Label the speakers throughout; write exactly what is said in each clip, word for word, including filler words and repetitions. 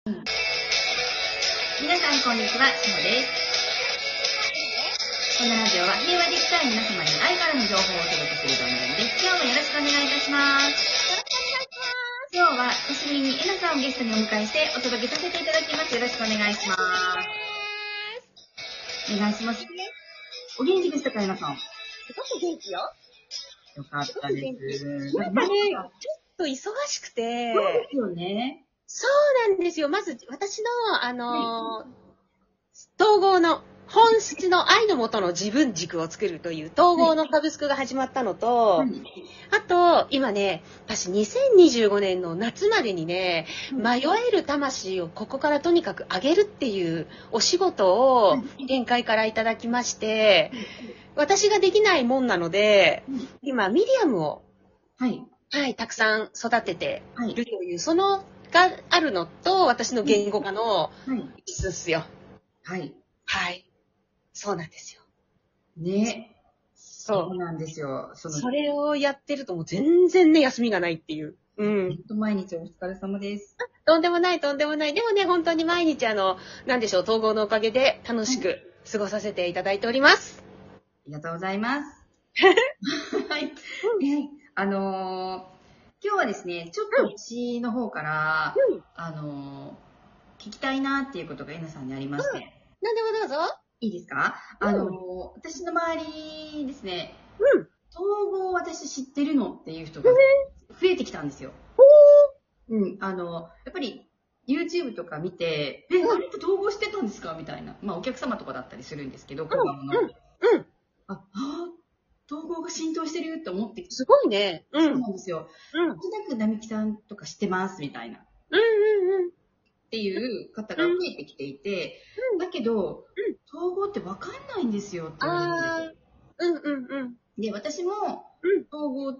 Speaker 1: うん、皆さんこんにちは、しもです。このラジオは平和で生きたい皆様に愛からの情報をお届けする番組です。今日もよろしくお願いいたします。よろしくお願いします。今日は久しぶりにえなさんをゲストにお迎えしてお届けさせていただきます。よろしくお願いします。お願いします。お元気でしたか、えなさん。
Speaker 2: すごく元気よ。
Speaker 1: よかったです。
Speaker 2: なんかね、ちょっと忙しくて。
Speaker 1: そうですよね。
Speaker 2: そうなんですよ。まず、私の、あのー、統合の、本質の愛のもとの自分軸を作るという統合のサブスクが始まったのと、はい、あと、今ね、私にせんにじゅうごねんの夏までにね、はい、迷える魂をここからとにかく上げるっていうお仕事を限界からいただきまして、はい、私ができないもんなので、今、ミディアムを、はい、はい、たくさん育てているという、その、があるのと、私の言語化のいつですよ。
Speaker 1: はい。
Speaker 2: はい。そうなんですよ。
Speaker 1: ね。そうなんですよ。
Speaker 2: そのそれをやってるともう全然ね、休みがないっていう。
Speaker 1: うん。毎日お疲れ様です。
Speaker 2: とんでもない、とんでもない。でもね、本当に毎日あの、なんでしょう、統合のおかげで楽しく過ごさせていただいております。
Speaker 1: ありがとうございます。はい。え、あのー、今日はですね、ちょっとうちの方から、うん、あのー、聞きたいなっていうことがえなさんにありまして。うん、
Speaker 2: 何でもどうぞ。
Speaker 1: いいですか？うん、あのー、私の周りですね、うん、統合私知ってるのっていう人が増えてきたんですよ。うん、あの、やっぱり YouTube とか見て、え、あれって統合してたんですかみたいな。まあお客様とかだったりするんですけど、小顔の。うん、うん、あ、あ統合が浸透してるって思ってきて。
Speaker 2: すごいね。
Speaker 1: うん。そうなんですよ。うん。なんとなく並木さんとか知ってますみたいな。
Speaker 2: うんうんうん。
Speaker 1: っていう方が増えてきていて、うん、だけど、うん、統合って分かんないんですよって言われるんですよ。
Speaker 2: うんうんうん。で、
Speaker 1: 私も、うん、統合って、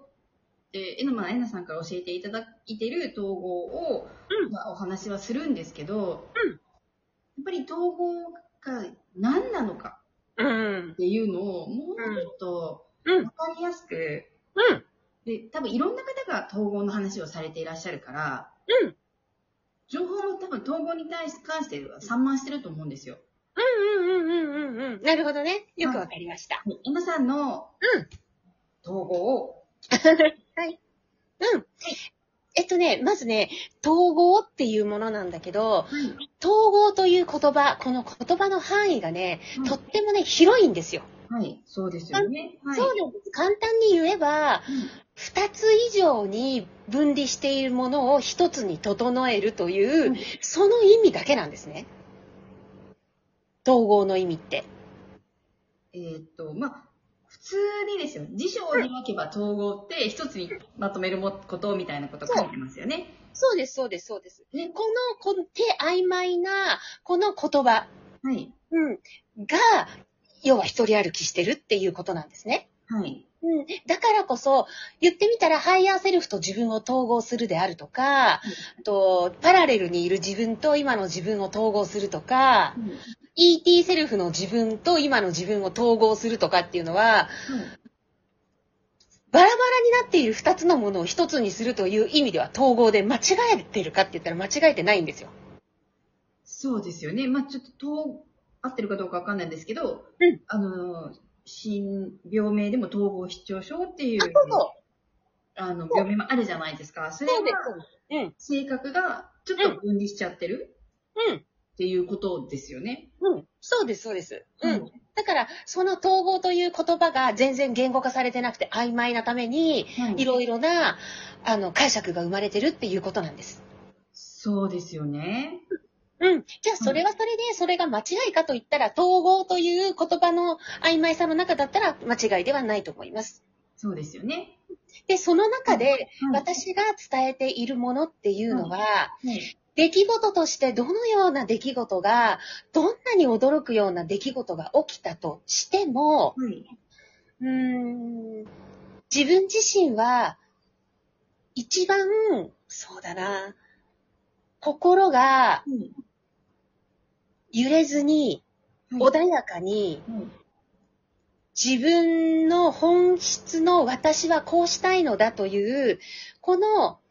Speaker 1: えな、まあ、えなさんから教えていただいてる統合を、うん、まあ、お話はするんですけど、うん、やっぱり統合が何なのかっていうのを、もうちょっと、わかりやすく、うん。で、多分いろんな方が統合の話をされていらっしゃるから、うん。情報も多分統合に対し関しては散漫してると思うんですよ。
Speaker 2: うんうんうんうんうんうん。なるほどね。よくわかりました。
Speaker 1: えなさんの、うん。統合を。
Speaker 2: はい。うん。えっとね、まずね、統合っていうものなんだけど、うん、統合という言葉、この言葉の範囲がね、うん、とってもね、広いんですよ。
Speaker 1: はい、そうですよね。
Speaker 2: はい、そうなんです。簡単に言えば、二、うん、つ以上に分離しているものを一つに整えるという、うん、その意味だけなんですね。統合の意味って。
Speaker 1: えー、っと、まあ、普通にですよ。辞書に書けば統合って一つにまとめることみたいなこと書いてますよね。
Speaker 2: そうです、そうです、そうです。ね、この、この手曖昧な、この言葉。はい。うん。が、要は一人歩きしてるっていうことなんですね。はい。うん。だからこそ、言ってみたら、ハイヤーセルフと自分を統合するであるとか、うん、とパラレルにいる自分と今の自分を統合するとか、うん、イーティー セルフの自分と今の自分を統合するとかっていうのは、うん、バラバラになっている二つのものを一つにするという意味では統合で間違えてるかって言ったら間違えてないんですよ。
Speaker 1: そうですよね。まあちょっと合ってるかどうかわかんないんですけど、うん、あの、心病名でも統合失調症っていう、ああの、病名もあるじゃないですか。それは、うん、性格がちょっと分離しちゃってる、うん、っていうことですよね。
Speaker 2: うん、そうです、そうです。うん。うん、だから、その統合という言葉が全然言語化されてなくて曖昧なために、はい、いろいろな、あの、解釈が生まれてるっていうことなんです。
Speaker 1: そうですよね。
Speaker 2: うん。じゃあ、それはそれで、それが間違いかと言ったら、統合という言葉の曖昧さの中だったら間違いではないと思います。
Speaker 1: そうですよね。
Speaker 2: で、その中で、私が伝えているものっていうのは、はいはい、出来事としてどのような出来事が、どんなに驚くような出来事が起きたとしても、はい、うーん、自分自身は、一番、そうだな、心が揺れずに、穏やかに、はいはい、自分の本質の私はこうしたいのだという、この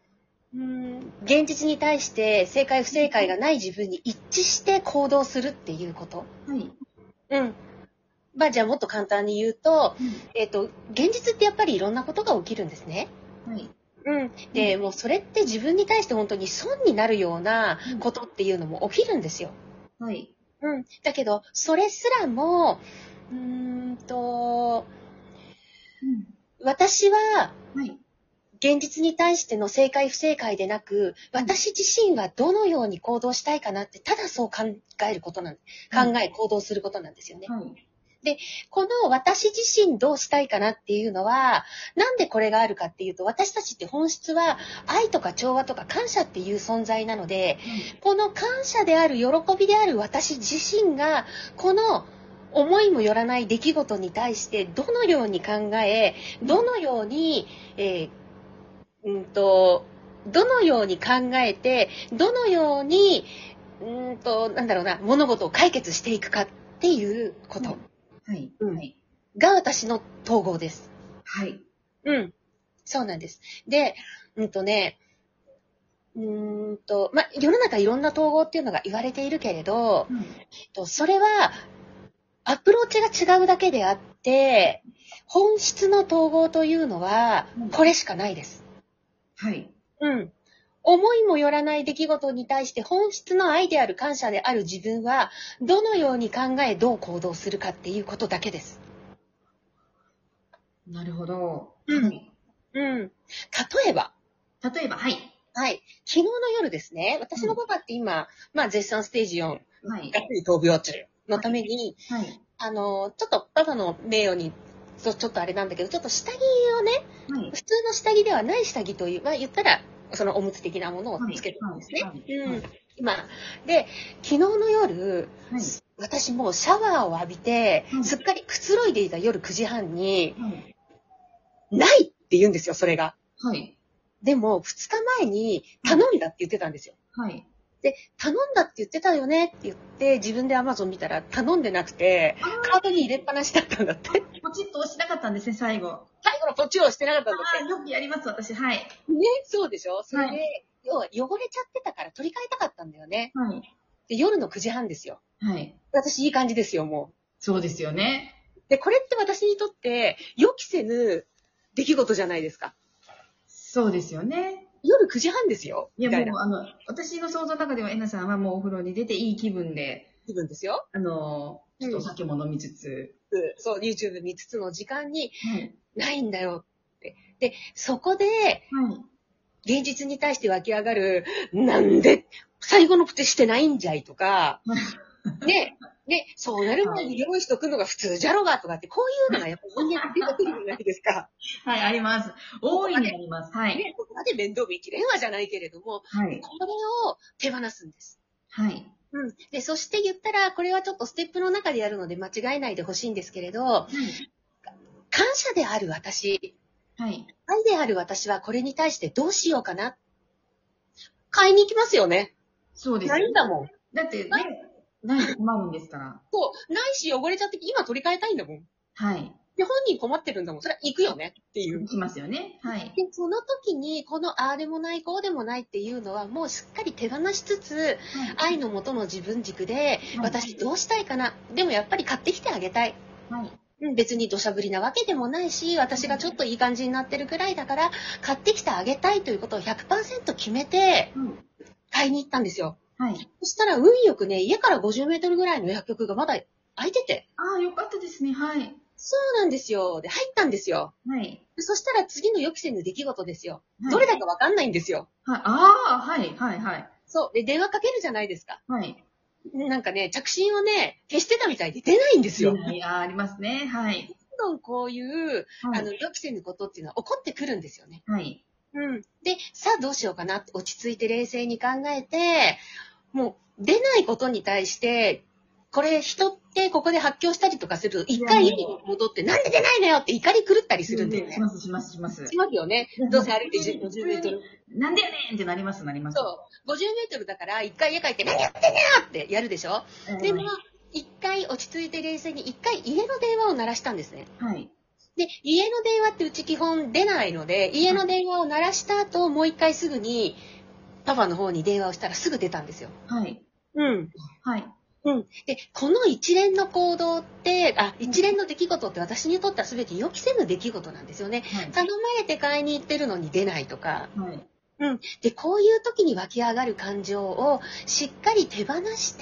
Speaker 2: うーん、現実に対して正解不正解がない自分に一致して行動するっていうこと。
Speaker 1: はい。
Speaker 2: うん。まあじゃあもっと簡単に言うと、
Speaker 1: うん、
Speaker 2: えっと、現実ってやっぱりいろんなことが起きるんですね。
Speaker 1: はい。
Speaker 2: うん。で、もうそれって自分に対して本当に損になるようなことっていうのも起きるんですよ。
Speaker 1: はい。
Speaker 2: うん。だけど、それすらも、うーんと、
Speaker 1: うん、
Speaker 2: 私は
Speaker 1: はい。
Speaker 2: 現実に対しての正解不正解でなく、
Speaker 1: はい。
Speaker 2: 私自身はどのように行動したいかなって、ただそう考えることなん、
Speaker 1: はい。
Speaker 2: 考え、行動することなんですよね。
Speaker 1: はい。
Speaker 2: で、この私自身どうしたいかなっていうのは、なんでこれがあるかっていうと、私たちって本質は愛とか調和とか感謝っていう存在なので、この感謝である、喜びである私自身が、この思いもよらない出来事に対してどのように考え、どのように、えーうんと、どのように考えて、どのように、うんと、なんだろうな、物事を解決していくかっていうこと。
Speaker 1: はい。
Speaker 2: うん
Speaker 1: はい。
Speaker 2: が私の統合です。
Speaker 1: はい。
Speaker 2: うん。そうなんです。で、うんとね、うーんと、ま、世の中いろんな統合っていうのが言われているけれど、
Speaker 1: はい。
Speaker 2: とそれはアプローチが違うだけであって、本質の統合というのはこれしかないです。
Speaker 1: はい。
Speaker 2: うん。思いもよらない出来事に対して本質の愛である感謝である自分はどのように考えどう行動するかっていうことだけです。
Speaker 1: なるほど。
Speaker 2: うん。
Speaker 1: はい。
Speaker 2: うん。例えば、
Speaker 1: 例えば、はい。
Speaker 2: はい。昨日の夜ですね、私のパパって今、まあ絶賛ステージよん、
Speaker 1: はい。
Speaker 2: がっつり闘病中のために、
Speaker 1: はい。
Speaker 2: あの、ちょっとパパの名誉に、ちょちょっとあれなんだけど、ちょっと下着をね、
Speaker 1: はい。
Speaker 2: 普通の下着ではない下着という、まあ言ったら、そのおむつ的なものを
Speaker 1: はい。
Speaker 2: つけてるんですね。
Speaker 1: はい。
Speaker 2: うん。今。で、昨日の夜、
Speaker 1: はい。
Speaker 2: 私もうシャワーを浴びて、
Speaker 1: はい。
Speaker 2: すっかりくつろいでいた夜くじはんに、
Speaker 1: はい。
Speaker 2: ないって言うんですよ、それが。
Speaker 1: はい。
Speaker 2: でも、ふつかまえに頼んだって言ってたんですよ。
Speaker 1: はい。
Speaker 2: で、頼んだって言ってたよねって言って、自分で Amazon 見たら頼んでなくて、カードに入れっぱなしだったんだって。
Speaker 1: ポチッと押しなかったんですね、最後。
Speaker 2: 最後のポチをしてなかったんだって。
Speaker 1: ああ、よくやります、私。はい。
Speaker 2: ね、そうでしょそれで、
Speaker 1: はい。
Speaker 2: 要は汚れちゃってたから取り替えたかったんだよね。
Speaker 1: はい。
Speaker 2: で、夜のくじはんですよ。
Speaker 1: はい。
Speaker 2: 私いい感じですよ、も
Speaker 1: そうですよね。
Speaker 2: う。で、これって私にとって予期せぬ出来事じゃないですか。
Speaker 1: そうですよね。
Speaker 2: 夜くじはんですよ。
Speaker 1: いや、
Speaker 2: みたいな
Speaker 1: もう、あの、私の想像の中では、えなさんはもうお風呂に出ていい気分で、
Speaker 2: 気分ですよ。
Speaker 1: あの、ちょっとお酒も飲みつつ、
Speaker 2: そう、YouTube 見つつの時間に、
Speaker 1: はい。
Speaker 2: ないんだよって。で、そこで、
Speaker 1: はい。
Speaker 2: 現実に対して湧き上がる、なんで、最後のプチしてないんじゃいとか、ね、ね、そうなる前に用意しとくのが普通じゃろがとかって、こういうのがやっぱり人間って出てくるじゃないですか。
Speaker 1: はい、あります。大いにあります。はい。
Speaker 2: ね、ここまで面倒見きれんわじゃないけれども、
Speaker 1: はい。
Speaker 2: これを手放すんです。
Speaker 1: はい。
Speaker 2: うん。で、そして言ったら、これはちょっとステップの中でやるので間違えないでほしいんですけれど、
Speaker 1: はい。
Speaker 2: 感謝である私、
Speaker 1: はい。
Speaker 2: 愛である私はこれに対してどうしようかな。買いに行きますよね。
Speaker 1: そうです。
Speaker 2: ないんだもん。
Speaker 1: だってね、ないと困るんですから。
Speaker 2: そう。ないし汚れちゃって今取り替えたいんだもん。
Speaker 1: はい。
Speaker 2: で、本人困ってるんだもん。それは行くよねっていう。
Speaker 1: 行きますよね。はい。
Speaker 2: で、その時に、このああでもない、こうでもないっていうのは、もうしっかり手放しつつ、
Speaker 1: はい。
Speaker 2: 愛のもとの自分軸で、
Speaker 1: はい。
Speaker 2: 私どうしたいかな。でもやっぱり買ってきてあげたい。
Speaker 1: はい。
Speaker 2: うん、別に土砂降りなわけでもないし、私がちょっといい感じになってるくらいだから、買ってきてあげたいということをひゃくパーセント決めて、買いに行ったんですよ。
Speaker 1: はい。
Speaker 2: そしたら運よくね、家からごじゅうメートルぐらいの薬局がまだ空いてて。
Speaker 1: ああ、よかったですね。はい。
Speaker 2: そうなんですよ。で、入ったんですよ。
Speaker 1: はい。
Speaker 2: そしたら次の予期せぬ出来事ですよ。
Speaker 1: はい。
Speaker 2: どれだかわかんないんですよ。
Speaker 1: はい。ああ、はい。はい。はい。
Speaker 2: そう。で、電話かけるじゃないですか。
Speaker 1: はい。
Speaker 2: なんかね、着信をね、消してたみたいで出ないんですよ。
Speaker 1: いや、ありますね。はい。
Speaker 2: どんどんこういう、
Speaker 1: はい。
Speaker 2: あの、予期せぬことっていうのは起こってくるんですよね。
Speaker 1: はい。
Speaker 2: うん。で、さあどうしようかなって落ち着いて冷静に考えて、もう出ないことに対して、これ人ってここで発狂したりとかすると、一回家に戻って、なんで出ないのよって怒り狂ったりするんだよね。
Speaker 1: します、します、します。
Speaker 2: しますよね。どうせ歩いてごじゅうメートル。
Speaker 1: なんでやねんってなります、なります。
Speaker 2: そう。ごじゅうメートルだから、一回家帰って、何やってんだよってやるでしょ。でも、一回落ち着いて冷静に、一回家の電話を鳴らしたんですね。
Speaker 1: はい。
Speaker 2: で、家の電話ってうち基本出ないので、家の電話を鳴らした後、もう一回すぐに、パパの方に電話をしたらすぐ出たんですよ。
Speaker 1: はい。
Speaker 2: うん。
Speaker 1: はい。
Speaker 2: うん。で、この一連の行動って、あ、一連の出来事って私にとっては全て予期せぬ出来事なんですよね。はい、頼まれて買いに行ってるのに出ないとか。はい。うん。で、こういう時に湧き上がる感情をしっかり手放して、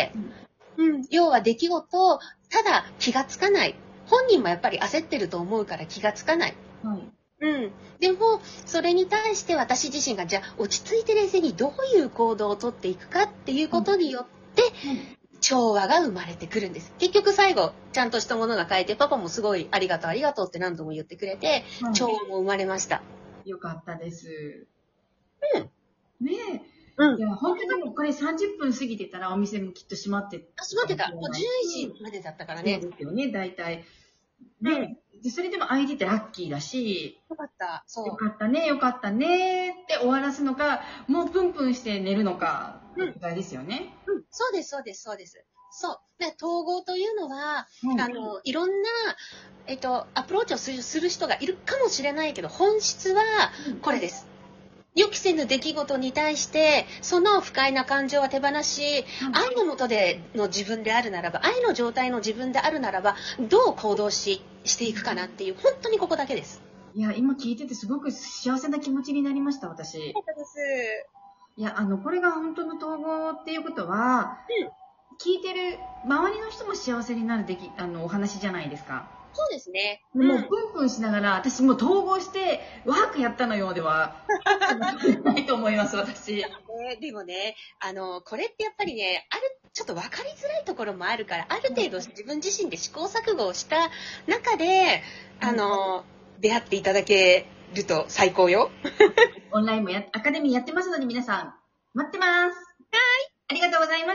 Speaker 2: うん、うん、要は出来事、ただ気がつかない。本人もやっぱり焦ってると思うから気がつかない。はい。うん。でも、それに対して私自身が、じゃあ、落ち着いて冷静にどういう行動をとっていくかっていうことによって、うんうん、調和が生まれてくるんです。結局最後、ちゃんとしたものが変えて、パパもすごいありがとうありがとうって何度も言ってくれて、はい、調和も生まれました。
Speaker 1: よかったです。
Speaker 2: うん。
Speaker 1: ねえ。うん。いや、本当にもうこれさんじゅっぷん過ぎてたらお店もきっと閉まって
Speaker 2: あ、閉まってた。もうじゅうじまでだったからね。
Speaker 1: そうですよね、大体。ね、うん、でそれでも空いててラッキーだし。
Speaker 2: よかった。そう。
Speaker 1: よかったね、よかったねって終わらすのか、もうプンプンして寝るのか、うん、ですよね。
Speaker 2: うん、そうです、そうです、そうです。そう。で、統合というのは、うん、あの、いろんな、えっと、アプローチをする、する人がいるかもしれないけど、本質はこれです。うん、予期せぬ出来事に対して、その不快な感情は手放し、うん、愛の下での自分であるならば、愛の状態の自分であるならば、どう行動し、していくかなっていう、本当にここだけです。
Speaker 1: いや、今聞いててすごく幸せな気持ちになりました、私。
Speaker 2: よかったです。
Speaker 1: いや、あの、これが本当の統合っていうことは、うん、聞いてる周りの人も幸せになるでき、あの、お話じゃないですか。
Speaker 2: そうですね。
Speaker 1: もう、プンプンしながら、私もう統合して、ワークやったのようでは、ないと思います、私。
Speaker 2: ね、でもね、あの、これってやっぱりね、ある、ちょっと分かりづらいところもあるから、ある程度自分自身で試行錯誤をした中で、あの、うん、出会っていただけると最高よ。
Speaker 1: オンラインもや、アカデミーやってますので皆さん、待ってます。
Speaker 2: はい。
Speaker 1: ありがとうございます。